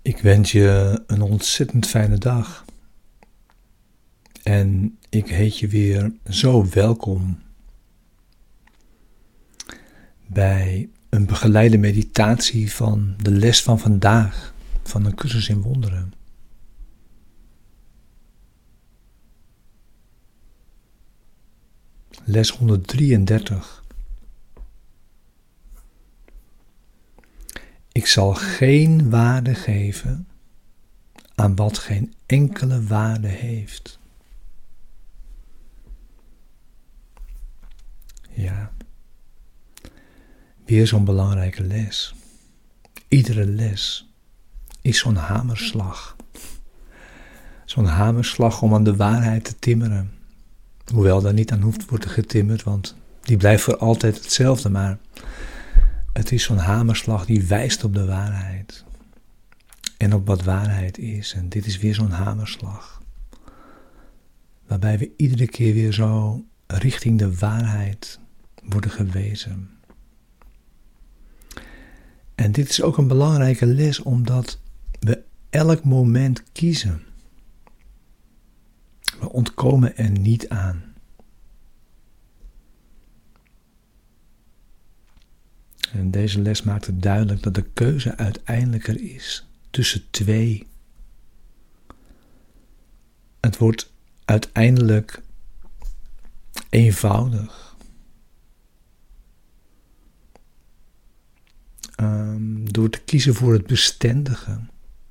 Ik wens je een ontzettend fijne dag. En ik heet je weer zo welkom bij een begeleide meditatie van de les van vandaag van een cursus in wonderen. Les 133. Ik zal geen waarde geven aan wat geen enkele waarde heeft. Ja, weer zo'n belangrijke les. Iedere les is zo'n hamerslag. Zo'n hamerslag om aan de waarheid te timmeren. Hoewel daar niet aan hoeft worden getimmerd, want die blijft voor altijd hetzelfde, maar het is zo'n hamerslag die wijst op de waarheid. En op wat waarheid is. En dit is weer zo'n hamerslag. Waarbij we iedere keer weer zo richting de waarheid worden gewezen. En dit is ook een belangrijke les, omdat we elk moment kiezen. We ontkomen er niet aan. En deze les maakt het duidelijk dat de keuze uiteindelijk er is tussen twee. Het wordt uiteindelijk eenvoudig. Door te kiezen voor het bestendige.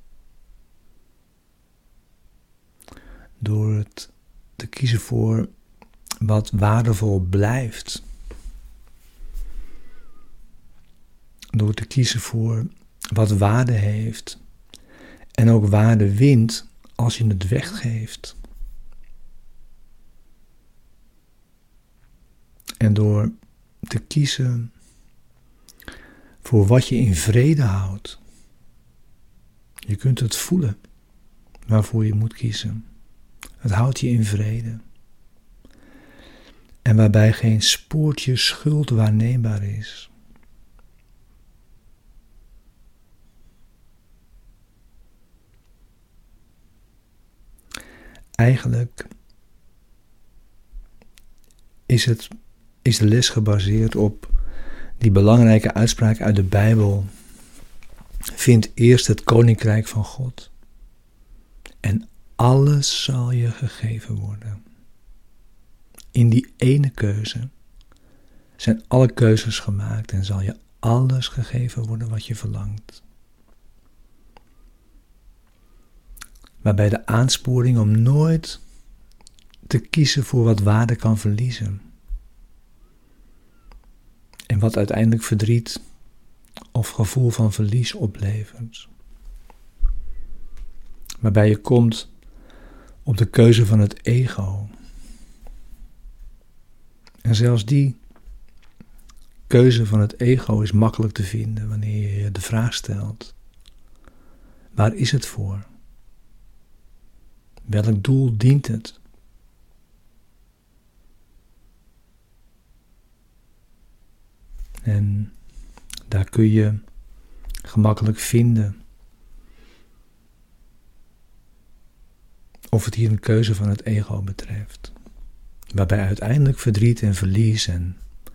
Door te kiezen voor wat waardevol blijft. Door te kiezen voor wat waarde heeft. En ook waarde wint als je het weggeeft. En door te kiezen voor wat je in vrede houdt. Je kunt het voelen waarvoor je moet kiezen. Het houdt je in vrede. En waarbij geen spoortje schuld waarneembaar is. Eigenlijk is de les gebaseerd op die belangrijke uitspraak uit de Bijbel. Vind eerst het koninkrijk van God. En alles zal je gegeven worden. In die ene keuze zijn alle keuzes gemaakt en zal je alles gegeven worden wat je verlangt. Waarbij de aansporing om nooit te kiezen voor wat waarde kan verliezen. En wat uiteindelijk verdriet of gevoel van verlies oplevert. Waarbij je komt op de keuze van het ego. En zelfs die keuze van het ego is makkelijk te vinden wanneer je je de vraag stelt: waar is het voor? Welk doel dient het? En daar kun je gemakkelijk vinden of het hier een keuze van het ego betreft. Waarbij uiteindelijk verdriet en verlies en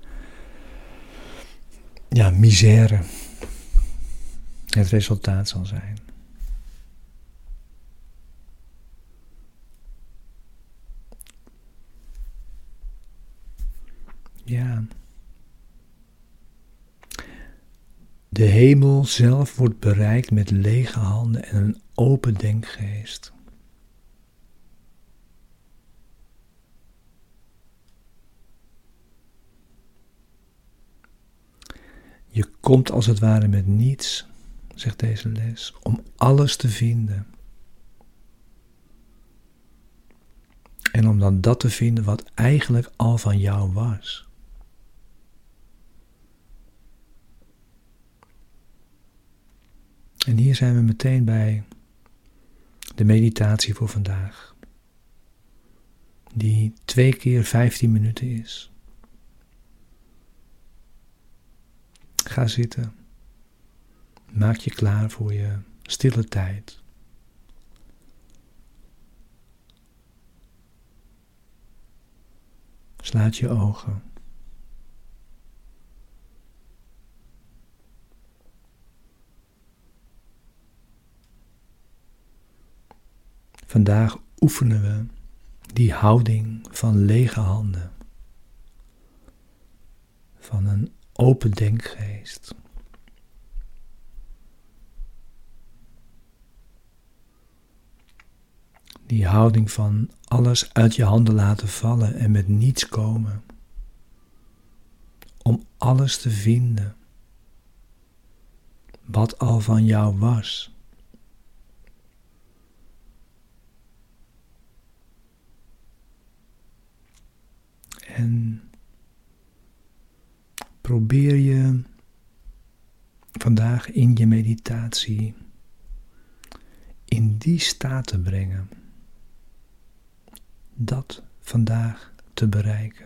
misère het resultaat zal zijn. Ja. De hemel zelf wordt bereikt met lege handen en een open denkgeest. Je komt als het ware met niets, zegt deze les, om alles te vinden. En om dan dat te vinden wat eigenlijk al van jou was. En hier zijn we meteen bij de meditatie voor vandaag. Die 2 keer 15 minuten is. Ga zitten. Maak je klaar voor je stille tijd. Sluit je ogen. Vandaag oefenen we die houding van lege handen, van een open denkgeest. Die houding van alles uit je handen laten vallen en met niets komen. Om alles te vinden wat al van jou was. En probeer je vandaag in je meditatie in die staat te brengen. Dat vandaag te bereiken.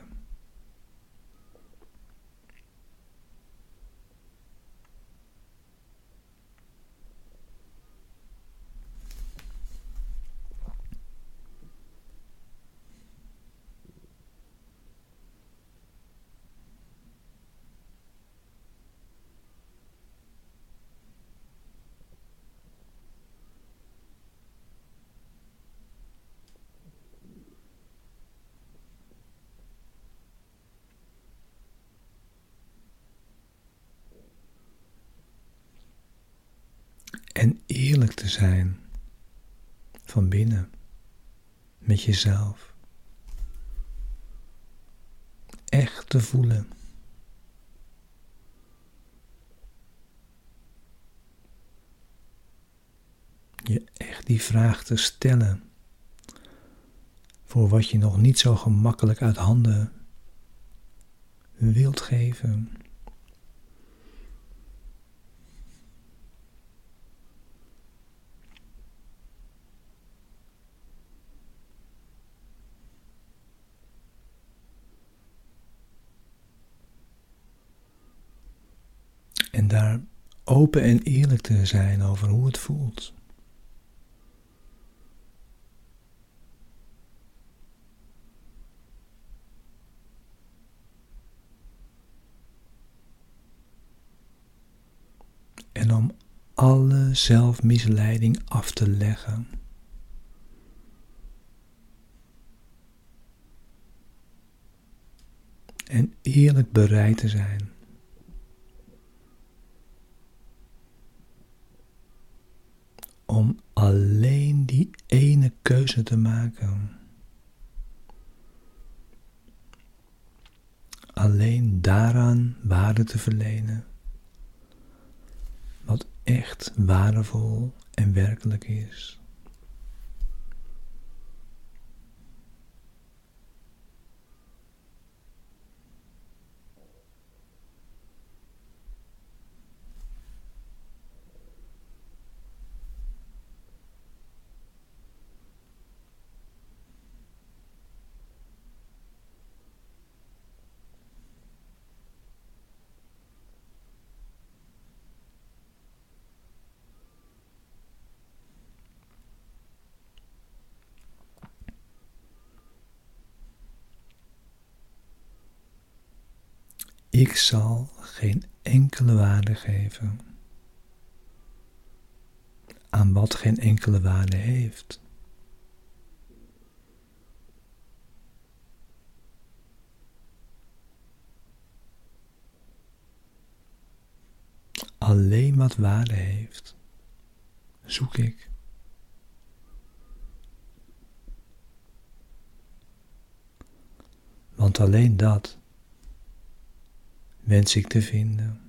En eerlijk te zijn van binnen met jezelf. Echt te voelen. Je echt die vraag te stellen voor wat je nog niet zo gemakkelijk uit handen wilt geven. En daar open en eerlijk te zijn over hoe het voelt. En om alle zelfmisleiding af te leggen. En eerlijk bereid te zijn. Om alleen die ene keuze te maken. Alleen daaraan waarde te verlenen. Wat echt waardevol en werkelijk is. Ik zal geen enkele waarde geven aan wat geen enkele waarde heeft. Alleen wat waarde heeft, zoek ik. Want alleen dat wens ik te vinden.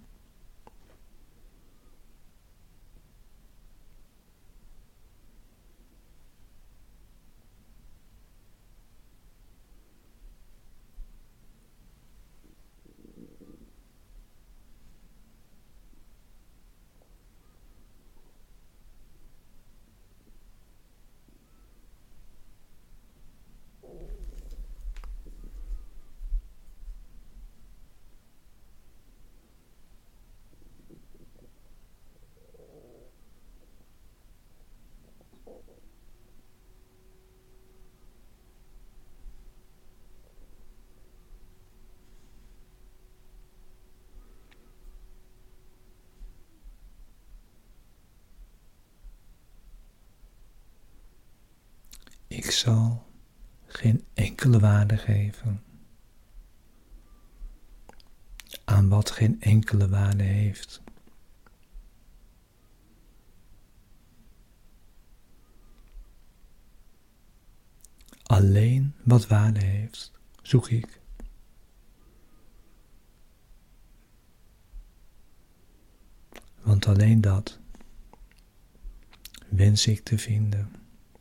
zal geen enkele waarde geven aan wat geen enkele waarde heeft. Alleen wat waarde heeft, zoek ik. Want alleen dat wens ik te vinden.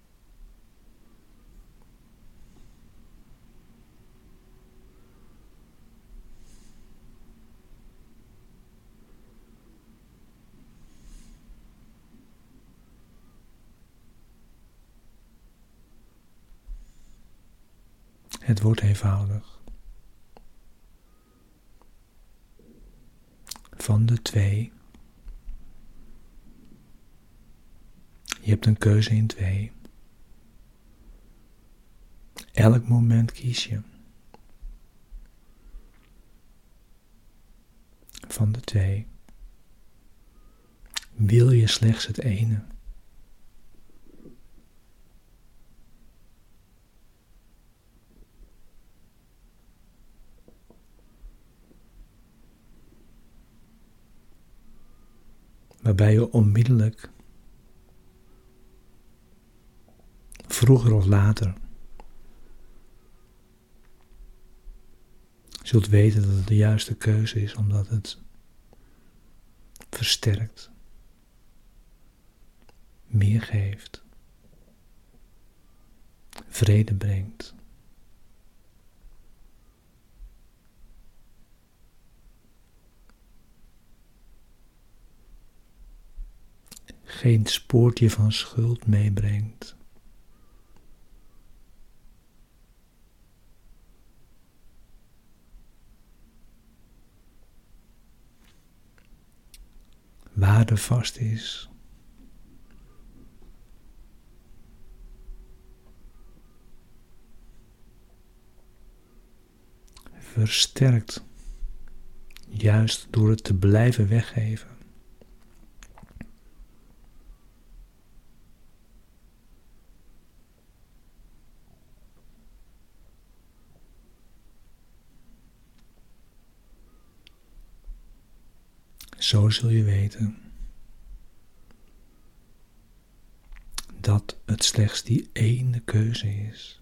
Het wordt eenvoudig. Van de twee. Je hebt een keuze in twee. Elk moment kies je. Van de twee. Wil je slechts het ene? Waarbij je onmiddellijk, vroeger of later, zult weten dat het de juiste keuze is, omdat het versterkt, meer geeft, vrede brengt. Geen spoortje van schuld meebrengt. Waardevast is. Versterkt, juist door het te blijven weggeven. Zo zul je weten dat het slechts die ene keuze is.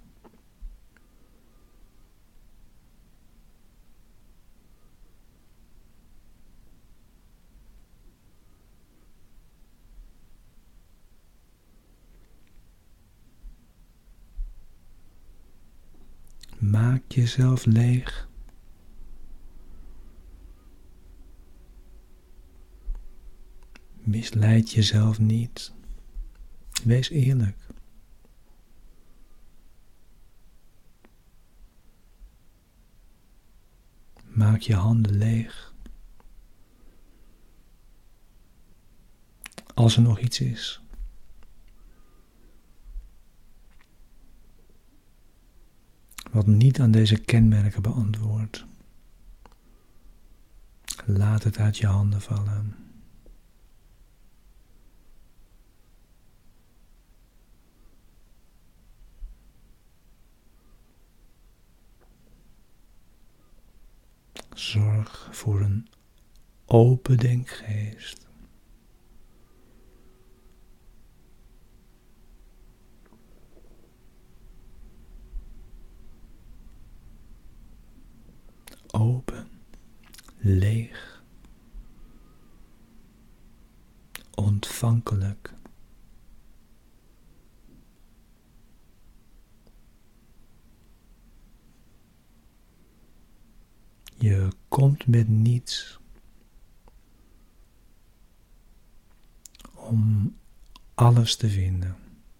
Maak jezelf leeg. Misleid jezelf niet. Wees eerlijk. Maak je handen leeg. Als er nog iets is. Wat niet aan deze kenmerken beantwoordt. Laat het uit je handen vallen. Zorg voor een open denkgeest. Open, leeg, ontvankelijk. Je komt met niets om alles te vinden.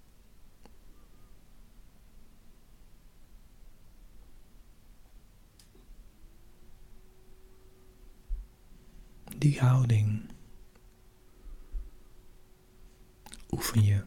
Die houding oefen je.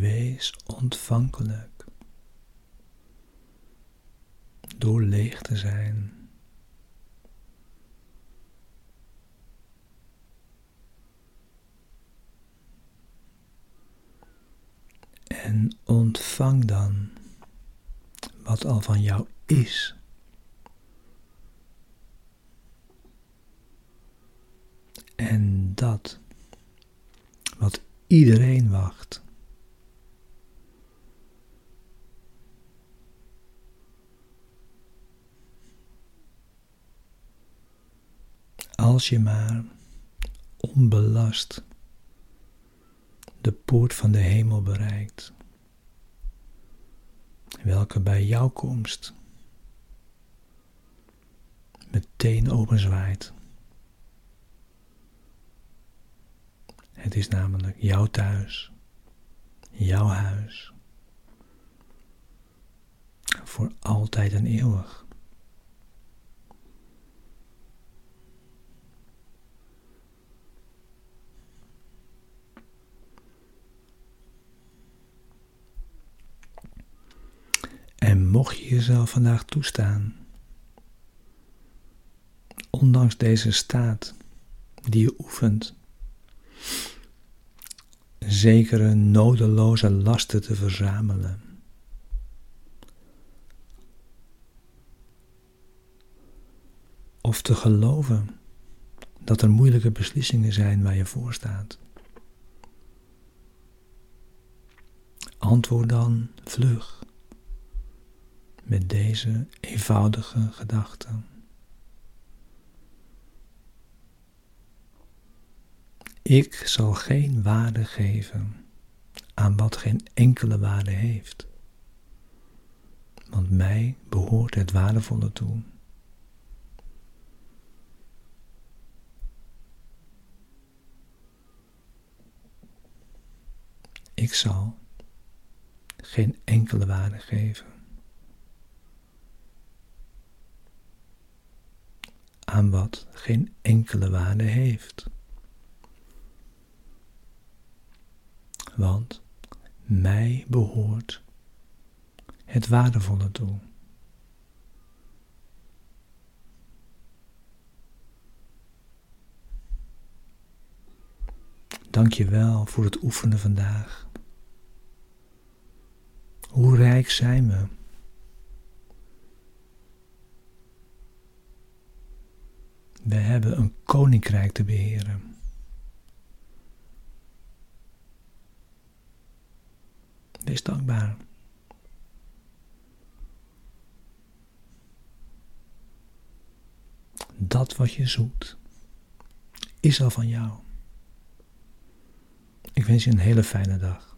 Wees ontvankelijk door leeg te zijn. En ontvang dan wat al van jou is. En dat wat iedereen wacht. Als je maar onbelast de poort van de hemel bereikt, welke bij jouw komst meteen openzwaait. Het is namelijk jouw thuis, jouw huis, voor altijd en eeuwig. En mocht je jezelf vandaag toestaan, ondanks deze staat die je oefent, zekere nodeloze lasten te verzamelen, of te geloven dat er moeilijke beslissingen zijn waar je voor staat, antwoord dan vlug met deze eenvoudige gedachten. Ik zal geen waarde geven aan wat geen enkele waarde heeft, want mij behoort het waardevolle toe. Ik zal geen enkele waarde geven aan wat geen enkele waarde heeft, want mij behoort het waardevolle toe. Dank je wel voor het oefenen vandaag. Hoe rijk zijn we? We hebben een koninkrijk te beheren. Wees dankbaar. Dat wat je zoekt, is al van jou. Ik wens je een hele fijne dag.